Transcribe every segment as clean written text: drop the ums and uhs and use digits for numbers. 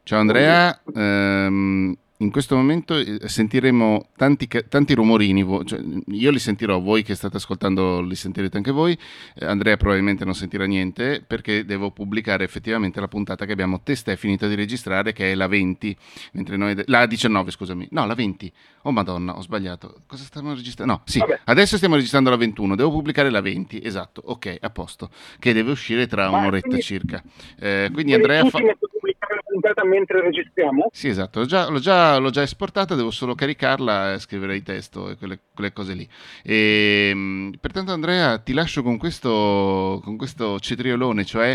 Ciao Andrea, in questo momento sentiremo tanti rumorini, cioè, io li sentirò, voi che state ascoltando li sentirete anche voi. Andrea probabilmente non sentirà niente perché devo pubblicare effettivamente la puntata che abbiamo testé finito di registrare, che è la 20, mentre la 19, scusami, no, la 20. Oh Madonna, ho sbagliato. Cosa stiamo registrando? No, sì, Vabbè, adesso stiamo registrando la 21, devo pubblicare la 20, esatto, ok, a posto, che deve uscire tra ma un'oretta quindi, circa. Quindi quindi Andrea tu ti metti a pubblicare la puntata mentre registriamo? sì, esatto, l'ho già esportata, devo solo caricarla e scrivere il testo e quelle cose lì. Pertanto Andrea ti lascio con questo cetriolone, cioè,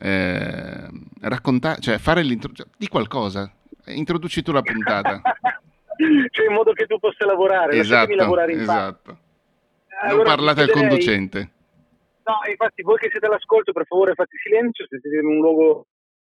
cioè fare di qualcosa. Introduci tu la puntata. Cioè, in modo che tu possa lavorare, lasciatemi Esatto, lavorare in pace. esatto. Non Allora vi parlate al chiederei, conducente. no, infatti voi che siete all'ascolto, per favore fate silenzio, se siete in un luogo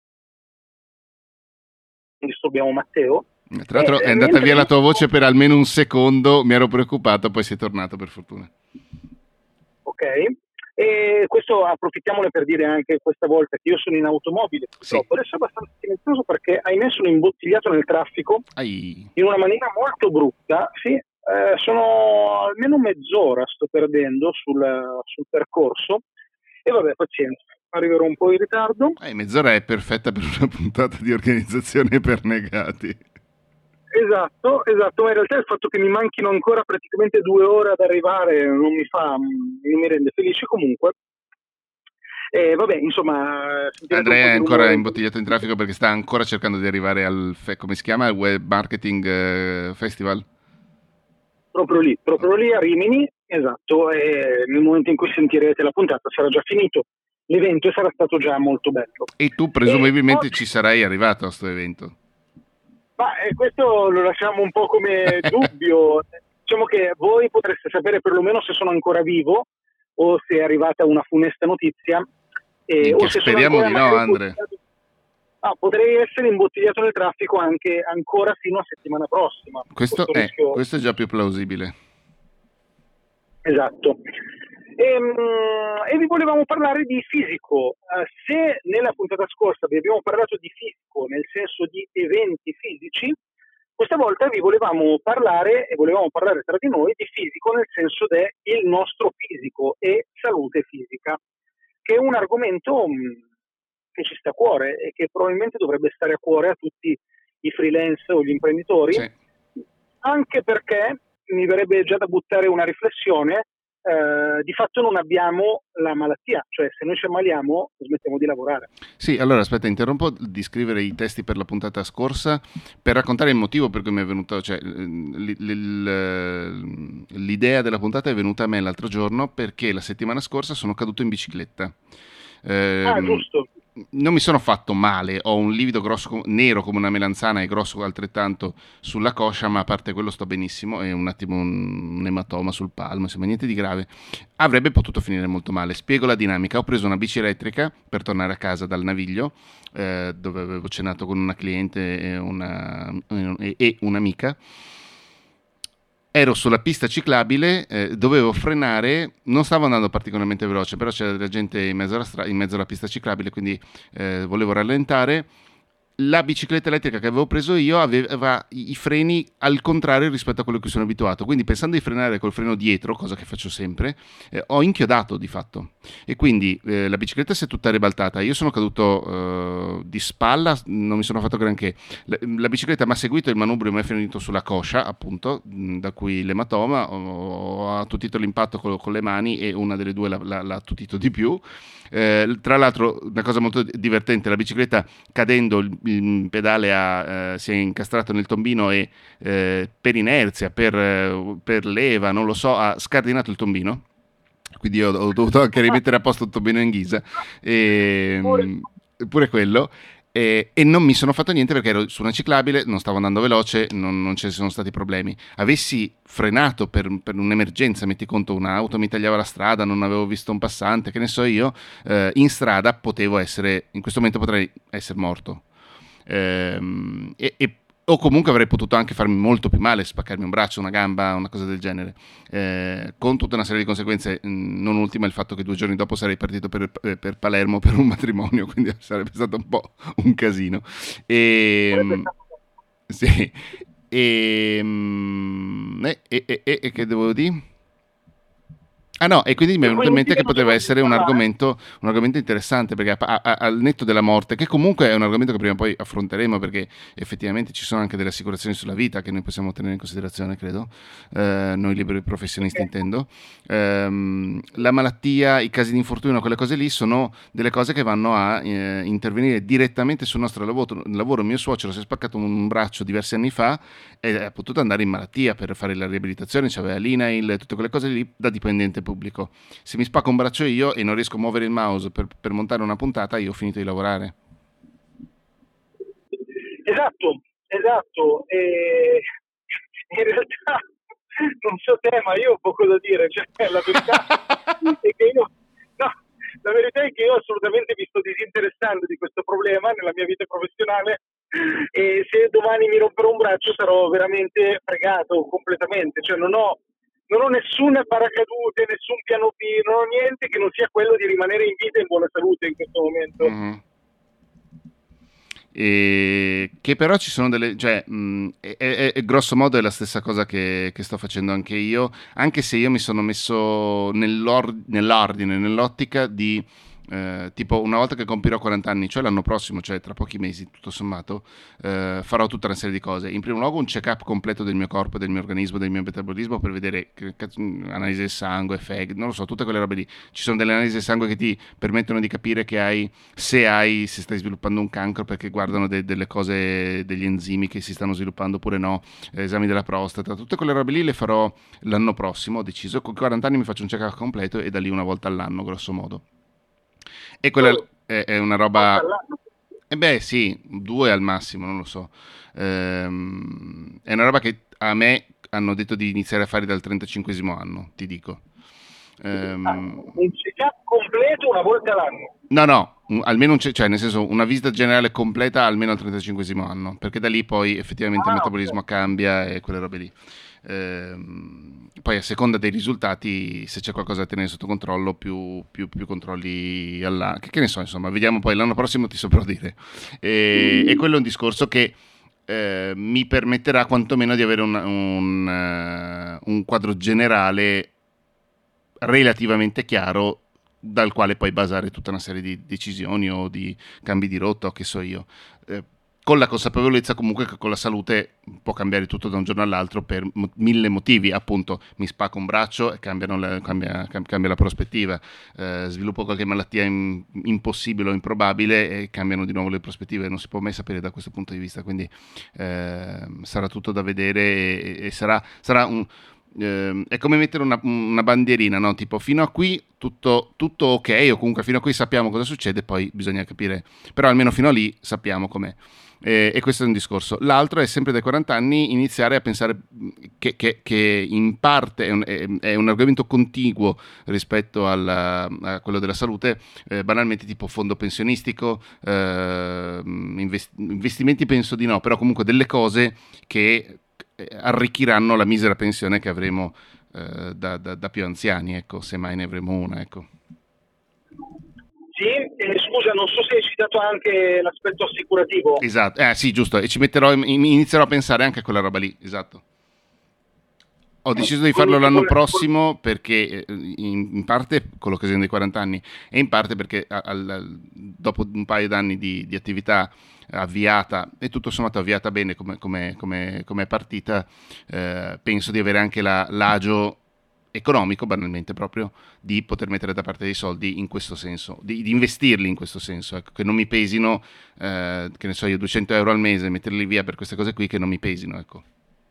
non disturbiamo Matteo. Tra l'altro è andata Mentre via la io, tua voce per almeno un secondo, mi ero preoccupato, poi sei tornato per fortuna. ok, e questo approfittiamone per dire anche questa volta che io sono in automobile, Sì. purtroppo, adesso è abbastanza silenzioso perché ahimè sono imbottigliato nel traffico Ai. in una maniera molto brutta, sì, sono almeno mezz'ora sto perdendo sul percorso e vabbè, pazienza, arriverò un po' in ritardo. Mezz'ora è perfetta per una puntata di organizzazione per negati. Esatto, esatto, ma in realtà il fatto che mi manchino ancora praticamente 2 ore ad arrivare non mi rende felice comunque. Vabbè, insomma, sentirete un po' Andrea è di ancora rumore. imbottigliato in traffico perché sta ancora cercando di arrivare come si chiama? Il Web Marketing Festival? Proprio lì a Rimini, esatto, e nel momento in cui sentirete la puntata sarà già finito l'evento e sarà stato già molto bello. E tu E presumibilmente ci oggi, sarai arrivato a questo evento. ma questo lo lasciamo un po' come dubbio, diciamo che voi potreste sapere perlomeno se sono ancora vivo o se è arrivata una funesta notizia o Minchia, se sono speriamo ancora di no, magari Andre. imbottigliato. Ah, potrei essere imbottigliato nel traffico anche ancora fino a settimana prossima. Questo rischio. Questo è già più plausibile. Esatto. E vi volevamo parlare di fisico. Se nella puntata scorsa vi abbiamo parlato di fisico nel senso di eventi fisici, questa volta vi volevamo parlare e volevamo parlare tra di noi di fisico nel senso del nostro fisico e salute fisica, che è un argomento che ci sta a cuore e che probabilmente dovrebbe stare a cuore a tutti i freelance o gli imprenditori, Sì. anche perché mi verrebbe già da buttare una riflessione, di fatto non abbiamo la malattia, cioè se noi ci ammaliamo smettiamo di lavorare. Sì, allora aspetta, interrompo di scrivere i testi per la puntata scorsa per raccontare il motivo per cui mi è venuto, cioè l'idea della puntata è venuta a me l'altro giorno perché la settimana scorsa sono caduto in bicicletta. Ah, Ehm, giusto. Non mi sono fatto male, ho un livido grosso, nero come una melanzana e grosso altrettanto sulla coscia, ma a parte quello sto benissimo e un attimo un ematoma sul palmo, insomma niente di grave. Avrebbe potuto finire molto male. Spiego la dinamica. Ho preso una bici elettrica per tornare a casa dal Naviglio, dove avevo cenato con una cliente e un'amica. Ero sulla pista ciclabile, dovevo frenare, non stavo andando particolarmente veloce, però c'era della gente in mezzo alla pista ciclabile, quindi volevo rallentare. La bicicletta elettrica che avevo preso io aveva i freni al contrario rispetto a quello a cui sono abituato, quindi pensando di frenare col freno dietro, cosa che faccio sempre, ho inchiodato di fatto e quindi la bicicletta si è tutta ribaltata. Io sono caduto di spalla, non mi sono fatto granché. La bicicletta mi ha seguito, il manubrio mi è finito sulla coscia, appunto, da cui l'ematoma. Ho attutito l'impatto con le mani e una delle due l'ha attutito di più. Tra l'altro, una cosa molto divertente, la bicicletta cadendo il pedale si è incastrato nel tombino e per inerzia, per leva, non lo so, ha scardinato il tombino. Quindi ho dovuto anche rimettere a posto il tombino in ghisa. Pure- E, pure quello. E non mi sono fatto niente perché ero su una ciclabile, non stavo andando veloce, non ci sono stati problemi. Avessi frenato per un'emergenza, metti conto, un'auto mi tagliava la strada, non avevo visto un passante, che ne so io, in strada in questo momento potrei essere morto. E o comunque avrei potuto anche farmi molto più male, spaccarmi un braccio, una gamba, una cosa del genere, con tutta una serie di conseguenze, non ultima il fatto che 2 giorni dopo sarei partito per Palermo per un matrimonio, quindi sarebbe stato un po' un casino. Sarebbe E, stato sì, e che devo dire? Ah no, e quindi mi è e venuto in quindi mente che non poteva potevi essere parlare. un argomento interessante, perché al netto della morte, che comunque è un argomento che prima o poi affronteremo, perché effettivamente ci sono anche delle assicurazioni sulla vita che noi possiamo tenere in considerazione, credo, noi liberi professionisti Ok. intendo. La malattia, i casi di infortunio, quelle cose lì sono delle cose che vanno a intervenire direttamente sul nostro lavoro. Mio suocero si è spaccato un braccio diversi anni fa e ha potuto andare in malattia per fare la riabilitazione, c'aveva l'INAIL, tutte quelle cose lì da dipendente pubblico. Se mi spacco un braccio io e non riesco a muovere il mouse per montare una puntata, io ho finito di lavorare. Esatto, esatto. E in realtà non so te, ma io ho poco da dire. Cioè, la verità è che io, no, la verità è che io assolutamente mi sto disinteressando di questo problema nella mia vita professionale, e se domani mi romperò un braccio sarò veramente fregato completamente. Cioè, non ho nessun paracadute, nessun piano B, non ho niente che non sia quello di rimanere in vita e in buona salute in questo momento. Mhm. E che però ci sono delle, cioè, grosso modo è la stessa cosa che sto facendo anche io, anche se io mi sono messo nell'ordine, nell'ottica di tipo una volta che compirò 40 anni, cioè l'anno prossimo, cioè tra pochi mesi, tutto sommato, farò tutta una serie di cose. In primo luogo un check-up completo del mio corpo, del mio organismo, del mio metabolismo per vedere analisi del sangue, FEG, non lo so, tutte quelle robe lì. Ci sono delle analisi del sangue che ti permettono di capire che se stai sviluppando un cancro, perché guardano delle cose, degli enzimi che si stanno sviluppando oppure no, esami della prostata, tutte quelle robe lì le farò l'anno prossimo, ho deciso, con 40 anni mi faccio un check-up completo e da lì una volta all'anno, grosso modo. E quella Oh, è una una volta roba. all'anno. E beh, sì, 2 al massimo, non lo so. È una roba che a me hanno detto di iniziare a fare dal 35esimo anno, ti dico. Ah, Ehm, un check-up completo una volta all'anno. no, no, almeno cioè, nel senso, una visita generale completa almeno al 35esimo anno, perché da lì poi effettivamente il Ah, ok. metabolismo cambia e quelle robe lì. Poi a seconda dei risultati, se c'è qualcosa da tenere sotto controllo, più controlli all'anno. Che ne so, insomma, vediamo poi l'anno prossimo ti saprò dire. E quello è un discorso che mi permetterà quantomeno di avere un quadro generale relativamente chiaro dal quale poi basare tutta una serie di decisioni o di cambi di rotta o che so io. Con la consapevolezza comunque che con la salute può cambiare tutto da un giorno all'altro per mille motivi, appunto mi spacco un braccio e cambia la prospettiva, sviluppo qualche malattia impossibile o improbabile e cambiano di nuovo le prospettive, non si può mai sapere da questo punto di vista, quindi sarà tutto da vedere e sarà è come mettere una bandierina, no? Tipo fino a qui tutto ok, o comunque fino a qui sappiamo cosa succede, poi bisogna capire, però almeno fino a lì sappiamo com'è. E questo è un discorso. L'altro è sempre dai 40 anni iniziare a pensare che in parte è un argomento contiguo rispetto a quello della salute, banalmente tipo fondo pensionistico, investimenti penso di no, però comunque delle cose che arricchiranno la misera pensione che avremo da più anziani, ecco, se mai ne avremo una, ecco. Sì, scusa, non so se hai citato anche l'aspetto assicurativo. Esatto, sì, giusto, e inizierò a pensare anche a quella roba lì, esatto. Ho deciso di farlo Quindi l'anno prossimo perché in parte con l'occasione dei 40 anni e in parte perché dopo un paio d'anni di attività avviata e tutto sommato avviata bene come è partita, penso di avere anche l'agio economico, banalmente proprio, di poter mettere da parte dei soldi in questo senso, di investirli in questo senso, ecco, che non mi pesino, che ne so io, 200 euro al mese, metterli via per queste cose qui che non mi pesino, ecco.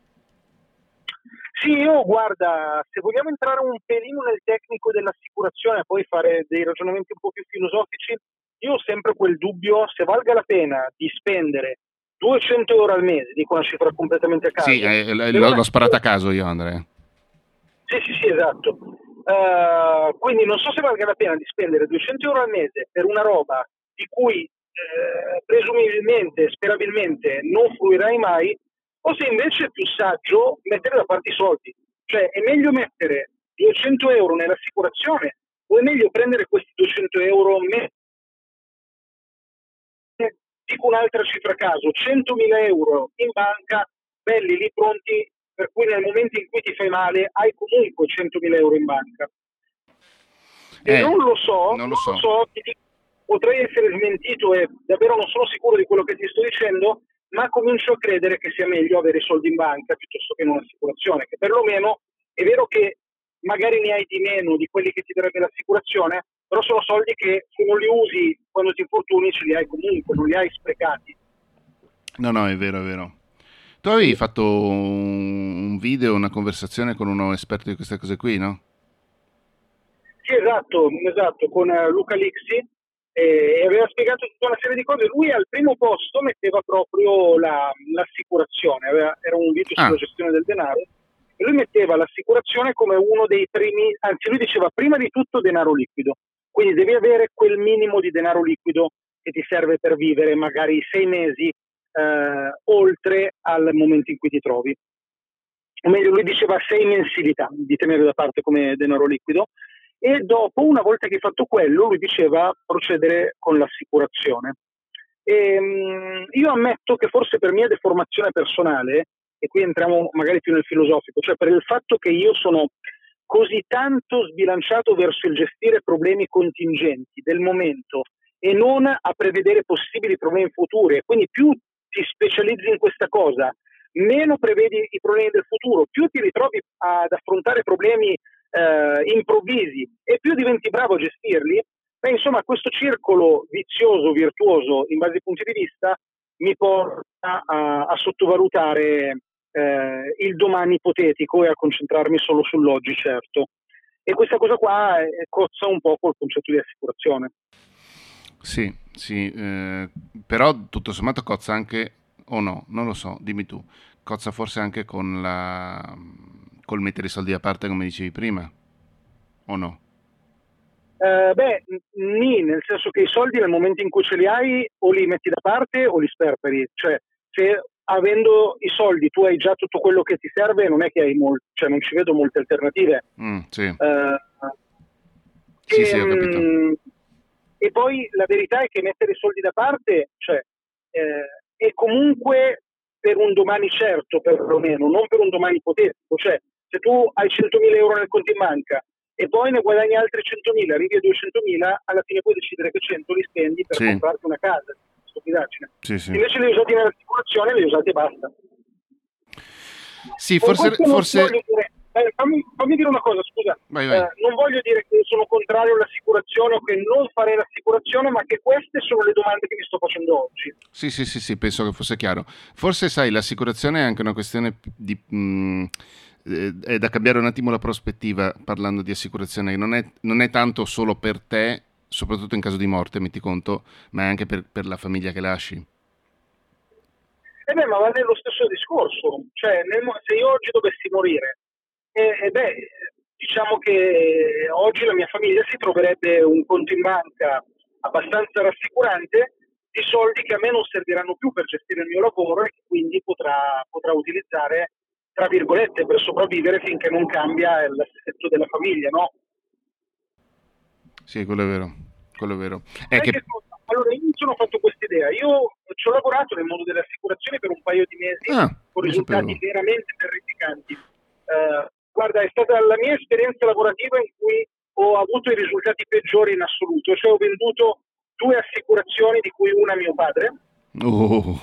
sì, io guarda, se vogliamo entrare un pelino nel tecnico dell'assicurazione e poi fare dei ragionamenti un po' più filosofici, io ho sempre quel dubbio se valga la pena di spendere 200 euro al mese, dico una cifra completamente a Sì, caso, per l'ho una. sparata a caso io, Andrea. Sì, sì, sì, esatto. Quindi non so se valga la pena di spendere 200 euro al mese per una roba di cui presumibilmente, sperabilmente non fruirai mai, o se invece è più saggio mettere da parte i soldi. Cioè è meglio mettere 200 euro nell'assicurazione o è meglio prendere questi 200 euro, dico un'altra cifra a caso, 100.000 euro in banca, belli lì pronti, per cui nel momento in cui ti fai male hai comunque 100.000 euro in banca. E non lo non lo so. potrei essere smentito e davvero non sono sicuro di quello che ti sto dicendo, ma comincio a credere che sia meglio avere i soldi in banca piuttosto che in un'assicurazione, che perlomeno è vero che magari ne hai di meno di quelli che ti darebbe l'assicurazione, però sono soldi che se non li usi quando ti infortuni ce li hai comunque, non li hai sprecati. No, è vero, è vero. Tu avevi fatto un video, una conversazione con uno esperto di queste cose qui, no? Sì, esatto, con Luca Lixi, e aveva spiegato tutta una serie di cose. Lui al primo posto metteva proprio l'assicurazione, era un video sulla Ah, gestione del denaro, e lui metteva l'assicurazione come uno dei primi, anzi lui diceva prima di tutto denaro liquido, quindi devi avere quel minimo di denaro liquido che ti serve per vivere magari 6 mesi oltre al momento in cui ti trovi. O meglio, lui diceva 6 mensilità di tenere da parte come denaro liquido, e dopo, una volta che hai fatto quello, lui diceva procedere con l'assicurazione. Io ammetto che forse per mia deformazione personale, e qui entriamo magari più nel filosofico, cioè per il fatto che io sono così tanto sbilanciato verso il gestire problemi contingenti del momento e non a prevedere possibili problemi futuri, e quindi più ti specializzi in questa cosa, meno prevedi i problemi del futuro, più ti ritrovi ad affrontare problemi improvvisi e più diventi bravo a gestirli. Beh, insomma, questo circolo vizioso, virtuoso, in base ai punti di vista, mi porta a sottovalutare il domani ipotetico e a concentrarmi solo sull'oggi, certo. E questa cosa qua cozza un po' col concetto di assicurazione. sì, sì, però tutto sommato cozza anche, o no, non lo so, dimmi tu, cozza forse anche con col mettere i soldi da parte come dicevi prima, o no? Nel senso che i soldi nel momento in cui ce li hai o li metti da parte o li sperperi, cioè se avendo i soldi tu hai già tutto quello che ti serve, non è che hai cioè non ci vedo molte alternative. Sì, Eh, sì, ho capito. e poi la verità è che mettere i soldi da parte, cioè, è comunque per un domani certo, perlomeno, non per un domani ipotetico. Cioè, se tu hai 100.000 euro nel conto in banca e poi ne guadagni altri 100.000, arrivi a 200.000, alla fine puoi decidere che 100 li spendi per Sì, comprarti una casa. Stupidaggine. sì, sì. Invece li hai usati nell'assicurazione, li hai usati e basta. Sì, Con forse, questo non forse... voglio dire, fammi dire una cosa, scusa, Vai, vai. non voglio dire che sono contrario all'assicurazione o che non farei l'assicurazione, ma che queste sono le domande che mi sto facendo oggi. Sì, penso che fosse chiaro. Forse, sai, l'assicurazione è anche una questione è da cambiare un attimo la prospettiva parlando di assicurazione, non è tanto solo per te, soprattutto in caso di morte, metti conto, ma è anche per la famiglia che lasci. Ma va nello stesso discorso, cioè se io oggi dovessi morire, diciamo che oggi la mia famiglia si troverebbe un conto in banca abbastanza rassicurante di soldi che a me non serviranno più per gestire il mio lavoro e che quindi potrà utilizzare, tra virgolette, per sopravvivere finché non cambia l'assetto della famiglia, no? Sì, quello è vero. Quello è vero. È Sai che... che cosa? Allora, io mi sono fatto questa idea. Io ci ho lavorato nel mondo delle assicurazioni per un paio di mesi Ah, con non risultati sapevo. veramente terrificanti. Guarda, è stata la mia esperienza lavorativa in cui ho avuto i risultati peggiori in assoluto. Cioè, ho venduto 2 assicurazioni, di cui una a mio padre. Oh,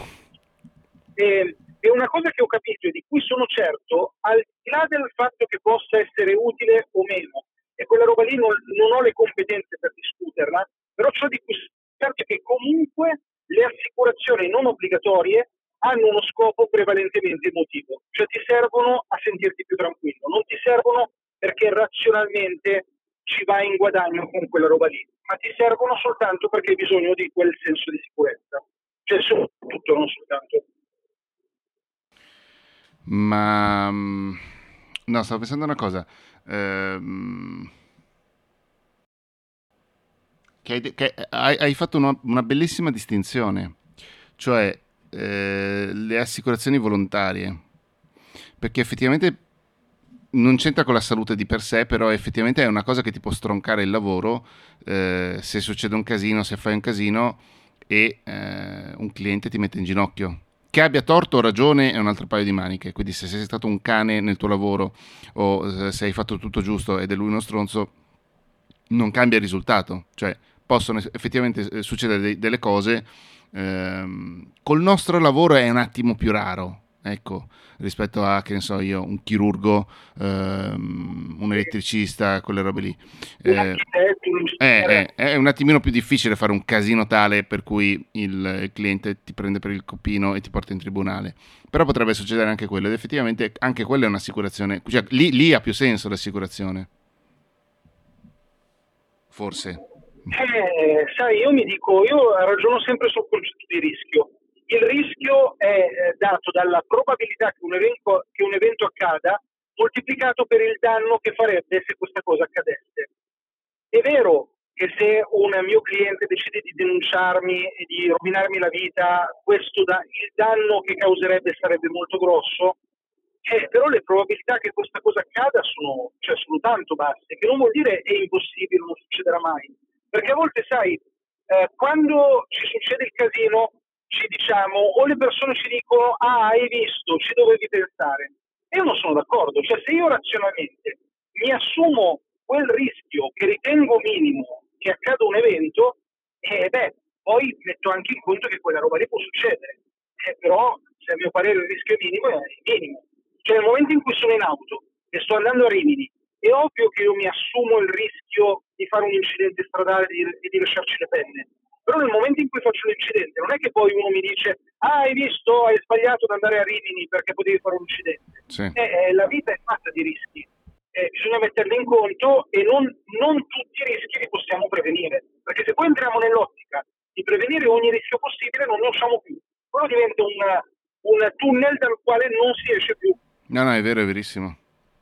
E una cosa che ho capito e di cui sono certo, al di là del fatto che possa essere utile o meno, e quella roba lì non ho le competenze per discuterla, però ciò di cui sono certo è che comunque le assicurazioni non obbligatorie hanno uno scopo prevalentemente emotivo, cioè ti servono a sentirti più tranquillo, non ti servono perché razionalmente ci vai in guadagno con quella roba lì, ma ti servono soltanto perché hai bisogno di quel senso di sicurezza, cioè soprattutto, non soltanto. ma... No, stavo pensando a una cosa. Ehm, hai fatto una bellissima distinzione, cioè le assicurazioni volontarie, perché effettivamente non c'entra con la salute di per sé, però effettivamente è una cosa che ti può stroncare il lavoro se succede un casino, se fai un casino e un cliente ti mette in ginocchio. Che abbia torto o ragione è un altro paio di maniche, quindi se sei stato un cane nel tuo lavoro o se hai fatto tutto giusto ed è lui uno stronzo, non cambia il risultato, cioè possono effettivamente succedere delle cose. Col nostro lavoro è un attimo più raro, ecco, rispetto a, che ne so io, un chirurgo, un elettricista, quelle robe lì. Un architetto, un ingegnere. È un attimino più difficile fare un casino tale per cui il cliente ti prende per il coppino e ti porta in tribunale. Però potrebbe succedere anche quello, ed effettivamente anche quella è un'assicurazione, cioè lì ha più senso l'assicurazione, forse. Sai, io ragiono sempre sul concetto di rischio. Il rischio è dato dalla probabilità che un evento accada moltiplicato per il danno che farebbe se questa cosa accadesse. È vero che se un mio cliente decide di denunciarmi e di rovinarmi la vita, il danno che causerebbe sarebbe molto grosso, però le probabilità che questa cosa accada sono tanto basse, che non vuol dire è impossibile, non succederà mai. Perché a volte, sai, quando ci succede il casino, ci diciamo, o le persone ci dicono, ah, hai visto, ci dovevi pensare. E io non sono d'accordo, cioè se io razionalmente mi assumo quel rischio che ritengo minimo che accada un evento, poi metto anche in conto che quella roba lì può succedere. Però, se a mio parere il rischio è minimo. Cioè nel momento in cui sono in auto e sto andando a Rimini, è ovvio che io mi assumo il rischio di fare un incidente stradale e di lasciarci le penne. Però nel momento in cui faccio l'incidente, non è che poi uno mi dice ah, hai visto, hai sbagliato ad andare a Rimini perché potevi fare un incidente. Sì. La vita è fatta di rischi. Bisogna metterli in conto e non tutti i rischi li possiamo prevenire. Perché se poi entriamo nell'ottica di prevenire ogni rischio possibile, non ne usciamo più. Quello diventa un tunnel dal quale non si esce più. No, è vero, è verissimo.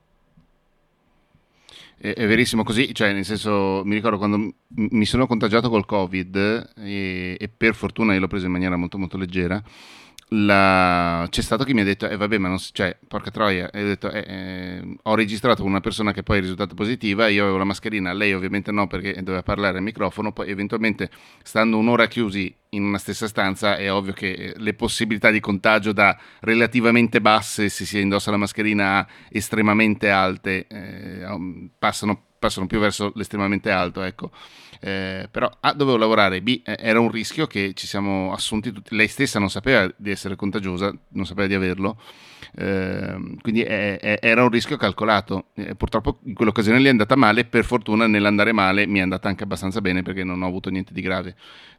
È verissimo così, cioè nel senso mi ricordo quando mi sono contagiato col Covid e per fortuna io l'ho preso in maniera molto molto leggera, c'è stato chi mi ha detto vabbè ma non cioè porca troia, e ho detto ho registrato con una persona che poi è risultata positiva, io avevo la mascherina, lei ovviamente no perché doveva parlare al microfono, poi eventualmente stando un'ora chiusi in una stessa stanza è ovvio che le possibilità di contagio da relativamente basse se si indossa la mascherina a estremamente alte passano più verso l'estremamente alto, ecco. Però A, dovevo lavorare, B, era un rischio che ci siamo assunti tutti. Lei stessa non sapeva di essere contagiosa, non sapeva di averlo, quindi era un rischio calcolato. Purtroppo in quell'occasione lì è andata male, per fortuna nell'andare male mi è andata anche abbastanza bene perché non ho avuto niente di grave.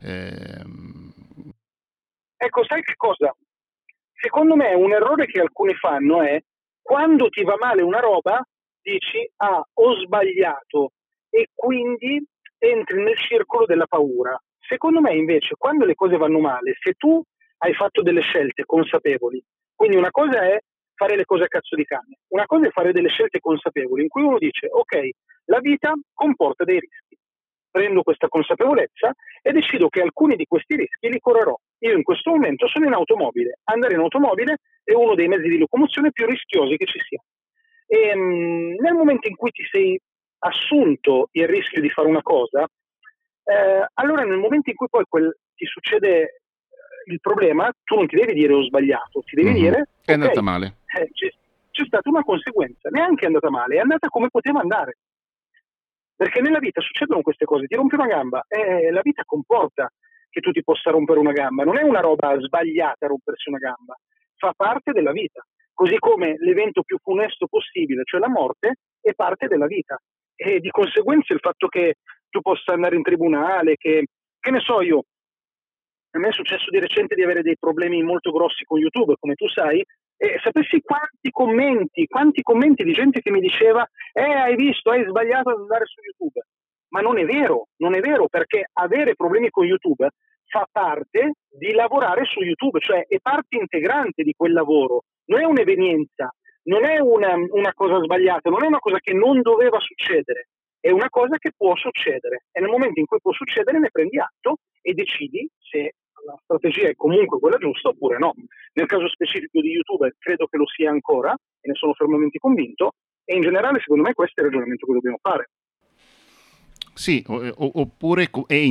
Ecco, sai che cosa? Secondo me un errore che alcuni fanno è quando ti va male una roba dici ah, ho sbagliato e quindi entri nel circolo della paura. Secondo me invece quando le cose vanno male, se tu hai fatto delle scelte consapevoli, quindi una cosa è fare le cose a cazzo di cane, una cosa è fare delle scelte consapevoli in cui uno dice ok, la vita comporta dei rischi, prendo questa consapevolezza e decido che alcuni di questi rischi li correrò. Io in questo momento sono in automobile, andare in automobile è uno dei mezzi di locomozione più rischiosi che ci sia. E nel momento in cui ti sei assunto il rischio di fare una cosa, allora nel momento in cui poi ti succede il problema, tu non ti devi dire ho sbagliato, ti devi dire è andata male. C'è stata una conseguenza, neanche è andata male, è andata come poteva andare. Perché nella vita succedono queste cose, ti rompi una gamba, la vita comporta che tu ti possa rompere una gamba, non è una roba sbagliata rompersi una gamba, fa parte della vita, così come l'evento più funesto possibile, cioè la morte, è parte della vita e di conseguenza il fatto che tu possa andare in tribunale, che ne so io, a me è successo di recente di avere dei problemi molto grossi con YouTube, come tu sai, e sapessi quanti commenti di gente che mi diceva hai visto, hai sbagliato ad andare su YouTube. Ma non è vero, perché avere problemi con YouTube fa parte di lavorare su YouTube, cioè è parte integrante di quel lavoro, non è un'evenienza, non è una cosa sbagliata, non è una cosa che non doveva succedere, è una cosa che può succedere e nel momento in cui può succedere ne prendi atto e decidi se la strategia è comunque quella giusta oppure no. Nel caso specifico di YouTube credo che lo sia ancora e ne sono fermamente convinto, e in generale secondo me questo è il ragionamento che dobbiamo fare. Sì, oppure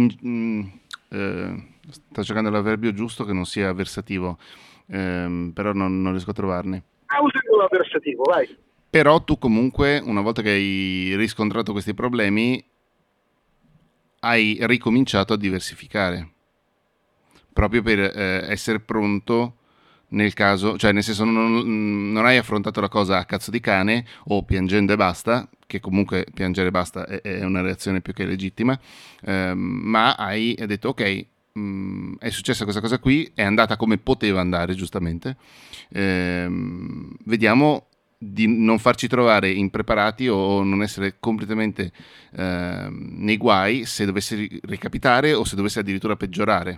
sto cercando l'avverbio giusto che non sia versativo, però non riesco a trovarne. Usando l'avversativo, vai. Però tu comunque, una volta che hai riscontrato questi problemi, hai ricominciato a diversificare, proprio per essere pronto nel caso, cioè nel senso non hai affrontato la cosa a cazzo di cane o piangendo e basta, che comunque piangere e basta è una reazione più che legittima, ma hai detto ok, è successa questa cosa qui, è andata come poteva andare giustamente, vediamo di non farci trovare impreparati o non essere completamente nei guai se dovesse ricapitare o se dovesse addirittura peggiorare.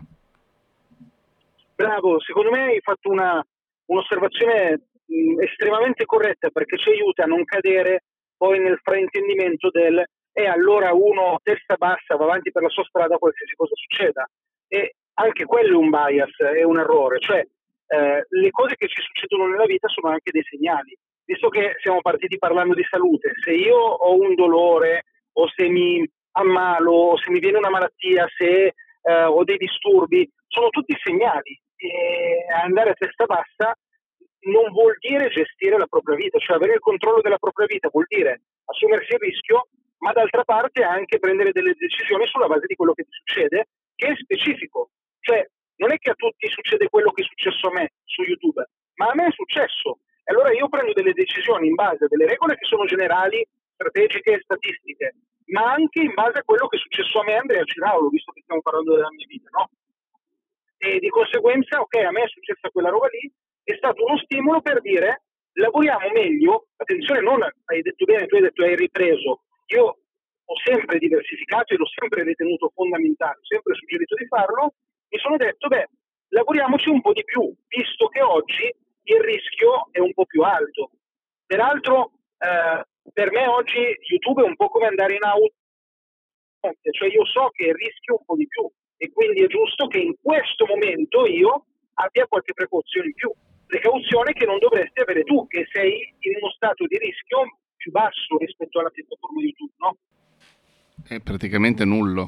Bravo, secondo me hai fatto un'osservazione estremamente corretta, perché ci aiuta a non cadere poi nel fraintendimento del allora uno testa bassa va avanti per la sua strada qualsiasi cosa succeda, e anche quello è un bias, è un errore, cioè le cose che ci succedono nella vita sono anche dei segnali. Visto che siamo partiti parlando di salute, se io ho un dolore o se mi ammalo o se mi viene una malattia, se ho dei disturbi, sono tutti segnali. E andare a testa bassa non vuol dire gestire la propria vita, cioè avere il controllo della propria vita vuol dire assumersi il rischio, ma d'altra parte anche prendere delle decisioni sulla base di quello che ti succede, che è specifico. Cioè non è che a tutti succede quello che è successo a me su YouTube, ma a me è successo. E allora io prendo delle decisioni in base a delle regole che sono generali, strategiche e statistiche, ma anche in base a quello che è successo a me, Andrea Ciraulo, visto che stiamo parlando della mia vita, no? E di conseguenza, ok, a me è successa quella roba lì, è stato uno stimolo per dire lavoriamo meglio, attenzione, non hai detto bene, tu hai detto hai ripreso, io ho sempre diversificato e l'ho sempre ritenuto fondamentale, ho sempre suggerito di farlo, mi sono detto, lavoriamoci un po' di più, visto che oggi il rischio è un po' più alto. Peraltro, per me oggi YouTube è un po' come andare in auto, cioè io so che rischio un po' di più e quindi è giusto che in questo momento io abbia qualche precauzione in più, precauzione che non dovresti avere tu, che sei in uno stato di rischio più basso rispetto alla piattaforma YouTube, no? È praticamente nullo.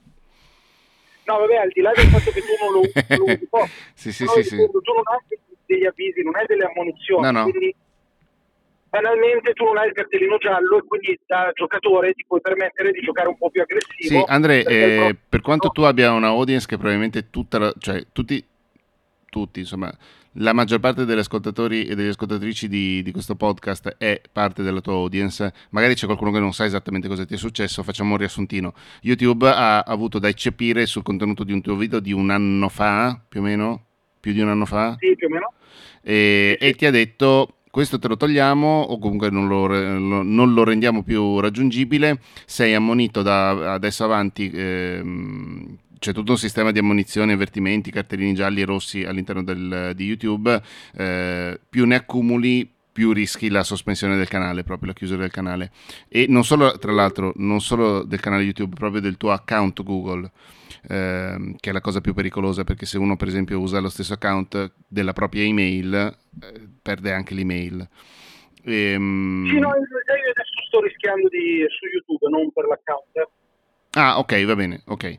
No, vabbè, al di là del fatto che tu non lo usi poco, sì, tu non hai degli avvisi, non hai delle ammonizioni, no. Quindi banalmente tu non hai il cartellino giallo e quindi da giocatore ti puoi permettere di giocare un po' più aggressivo. Sì, Andre, per quanto tu abbia una audience che probabilmente tutti, insomma, la maggior parte degli ascoltatori e delle ascoltatrici di questo podcast è parte della tua audience, magari c'è qualcuno che non sa esattamente cosa ti è successo, facciamo un riassuntino. YouTube ha avuto da eccepire sul contenuto di un tuo video di un anno fa, più o meno? Più di un anno fa? Sì, più o meno. E ti ha detto questo te lo togliamo o comunque non lo rendiamo più raggiungibile, sei ammonito da adesso avanti, c'è tutto un sistema di ammonizione, avvertimenti, cartellini gialli e rossi all'interno di YouTube, più ne accumuli più rischi la sospensione del canale, proprio la chiusura del canale, e non solo, tra l'altro, non solo del canale YouTube, proprio del tuo account Google, che è la cosa più pericolosa, perché se uno per esempio usa lo stesso account della propria email, perde anche l'email. Sì, no, io adesso sto rischiando su YouTube, non per l'account. Ah, ok, va bene, ok.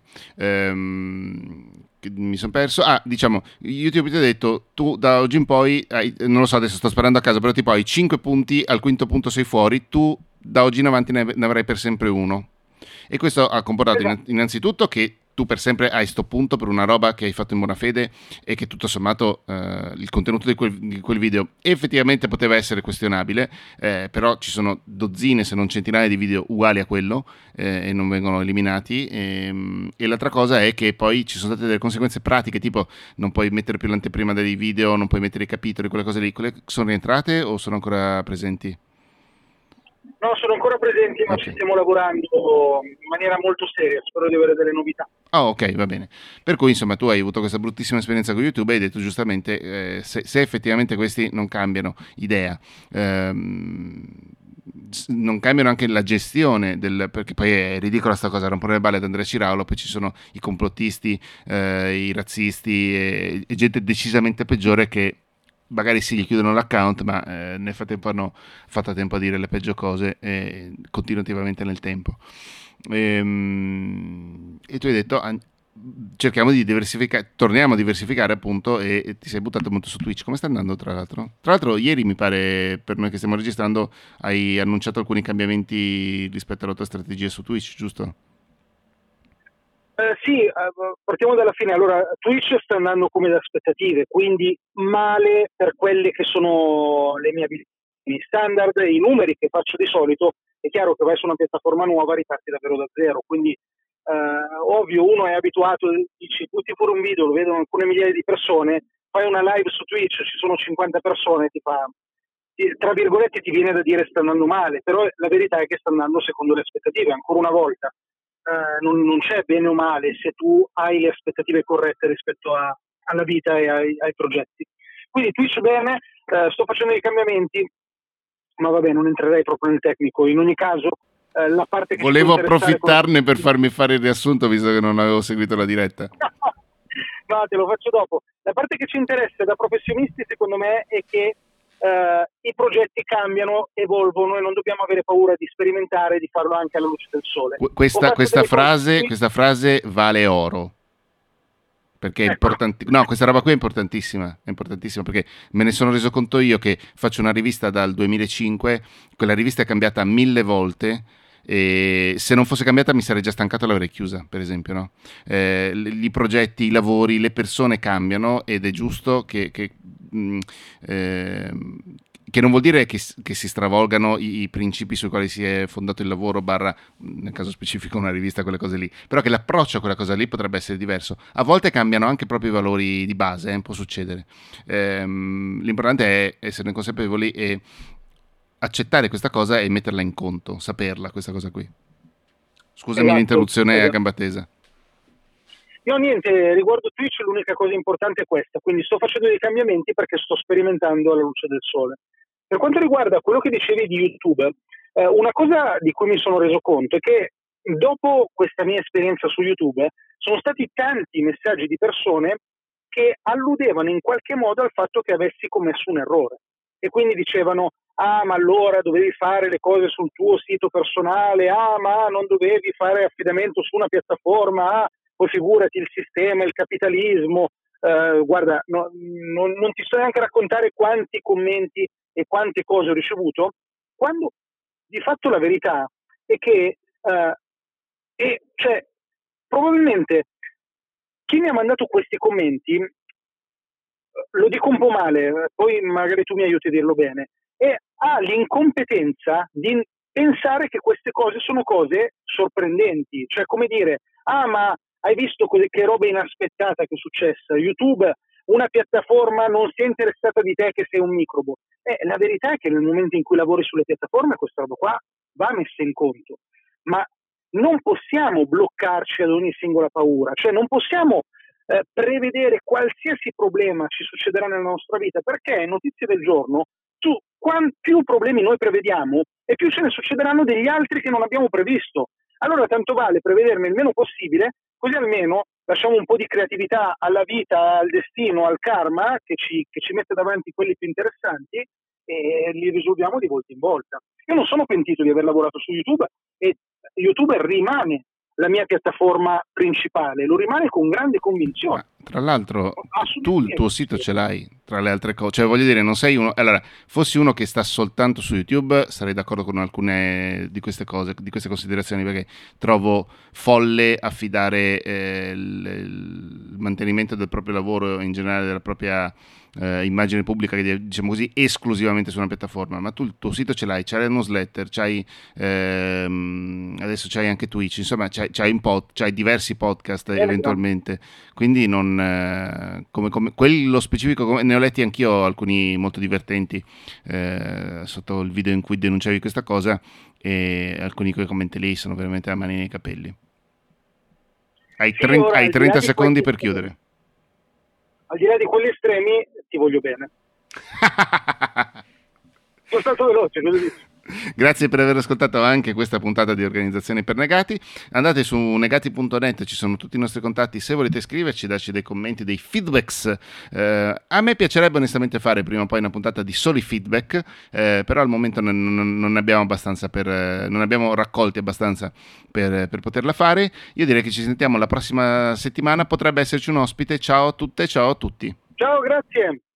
Mi sono perso. Diciamo, YouTube ti ha detto, tu da oggi in poi, non lo so, adesso sto sparando a caso, però tipo hai 5 punti, al quinto punto sei fuori, tu da oggi in avanti ne avrai per sempre uno. E questo ha comportato innanzitutto che tu per sempre hai sto punto per una roba che hai fatto in buona fede e che tutto sommato il contenuto di quel video effettivamente poteva essere questionabile, però ci sono dozzine se non centinaia di video uguali a quello e non vengono eliminati, e l'altra cosa è che poi ci sono state delle conseguenze pratiche, tipo non puoi mettere più l'anteprima dei video, non puoi mettere i capitoli, quelle cose lì. Quelle sono rientrate o sono ancora presenti? No, sono ancora presenti, ma ci stiamo lavorando in maniera molto seria, spero di avere delle novità. Ok, va bene. Per cui insomma tu hai avuto questa bruttissima esperienza con YouTube e hai detto giustamente se effettivamente questi non cambiano idea, non cambiano anche la gestione perché poi è ridicola sta cosa, rompere le balle ad Andrea Ciraulo, poi ci sono i complottisti, i razzisti e gente decisamente peggiore che magari sì, gli chiudono l'account, ma nel frattempo hanno fatto a tempo a dire le peggio cose continuativamente nel tempo. E tu hai detto cerchiamo di diversificare, torniamo a diversificare appunto, e ti sei buttato molto su Twitch. Come sta andando tra l'altro? Tra l'altro ieri mi pare, per noi che stiamo registrando, hai annunciato alcuni cambiamenti rispetto alla tua strategia su Twitch, giusto? Sì, partiamo dalla fine. Allora, Twitch sta andando come da aspettative, quindi male per quelle che sono le mie abitudini standard, i numeri che faccio di solito. È chiaro che vai su una piattaforma nuova, riparti davvero da zero, quindi ovvio, uno è abituato, dici butti fuori un video, lo vedono alcune migliaia di persone, fai una live su Twitch, ci sono 50 persone, tra virgolette ti viene da dire sta andando male, però la verità è che sta andando secondo le aspettative, ancora una volta. Non c'è bene o male se tu hai le aspettative corrette rispetto alla vita e ai progetti. Quindi Twitch bene, sto facendo dei cambiamenti, ma vabbè, non entrerei proprio nel tecnico. In ogni caso, la parte che volevo approfittarne per farmi fare il riassunto, visto che non avevo seguito la diretta. No, te lo faccio dopo. La parte che ci interessa da professionisti, secondo me, è che i progetti cambiano, evolvono e non dobbiamo avere paura di sperimentare, di farlo anche alla luce del sole. Questa frase vale oro, perché è importante. No, questa roba qui è importantissima perché me ne sono reso conto io che faccio una rivista dal 2005, quella rivista è cambiata 1000 volte. E se non fosse cambiata mi sarei già stancato e l'avrei chiusa, per esempio, no? I progetti, i lavori, le persone cambiano ed è giusto che non vuol dire che si stravolgano i principi sui quali si è fondato il lavoro, barra, nel caso specifico, una rivista, quelle cose lì, però che l'approccio a quella cosa lì potrebbe essere diverso. A volte cambiano anche proprio i valori di base, può succedere. L'importante è esserne consapevoli e accettare questa cosa e metterla in conto, saperla questa cosa qui. Scusami l'interruzione a gamba tesa. No, niente, riguardo Twitch l'unica cosa importante è questa, quindi sto facendo dei cambiamenti perché sto sperimentando alla luce del sole. Per quanto riguarda quello che dicevi di YouTube, una cosa di cui mi sono reso conto è che dopo questa mia esperienza su YouTube sono stati tanti messaggi di persone che alludevano in qualche modo al fatto che avessi commesso un errore e quindi dicevano ma allora dovevi fare le cose sul tuo sito personale, ma non dovevi fare affidamento su una piattaforma, poi figurati il sistema, il capitalismo, guarda, non ti sto neanche a raccontare quanti commenti e quante cose ho ricevuto, quando di fatto la verità è che cioè, probabilmente chi mi ha mandato questi commenti, lo dico un po' male, poi magari tu mi aiuti a dirlo bene, e ha l'incompetenza di pensare che queste cose sono cose sorprendenti, cioè come dire, ma hai visto che roba inaspettata che è successa, YouTube, una piattaforma non si è interessata di te che sei un microbo. La verità è che nel momento in cui lavori sulle piattaforme questa roba qua va messa in conto, ma non possiamo bloccarci ad ogni singola paura, cioè non possiamo prevedere qualsiasi problema ci succederà nella nostra vita, perché notizie del giorno, più problemi noi prevediamo e più ce ne succederanno degli altri che non abbiamo previsto. Allora tanto vale prevederne il meno possibile, così almeno lasciamo un po' di creatività alla vita, al destino, al karma che ci mette davanti quelli più interessanti e li risolviamo di volta in volta. Io non sono pentito di aver lavorato su YouTube e YouTube rimane la mia piattaforma principale, lo rimane con grande convinzione. Ma, tra l'altro tu il tuo sito ce l'hai tra le altre cose, cioè voglio dire, non sei uno, allora fossi uno che sta soltanto su YouTube sarei d'accordo con alcune di queste cose, di queste considerazioni, perché trovo folle affidare il mantenimento del proprio lavoro, in generale della propria immagine pubblica, diciamo così, esclusivamente su una piattaforma. Ma tu il tuo sito ce l'hai, c'hai la newsletter, adesso c'hai anche Twitch, insomma c'hai diversi podcast eventualmente, quindi non come quello specifico, ne ho letti anch'io alcuni molto divertenti sotto il video in cui denunciavi questa cosa, e alcuni quei commenti lì sono veramente a mani nei capelli. Hai 30 secondi per chiudere. Al di là di quelli estremi ti voglio bene. Sono stato veloce, cosa dici? Grazie per aver ascoltato anche questa puntata di Organizzazione per Negati. Andate su negati.net, ci sono tutti i nostri contatti. Se volete scriverci, darci dei commenti, dei feedbacks. A me piacerebbe onestamente fare prima o poi una puntata di soli feedback, però al momento non ne abbiamo abbastanza non abbiamo raccolti abbastanza per poterla fare. Io direi che ci sentiamo la prossima settimana. Potrebbe esserci un ospite. Ciao a tutte, ciao a tutti. Ciao, grazie.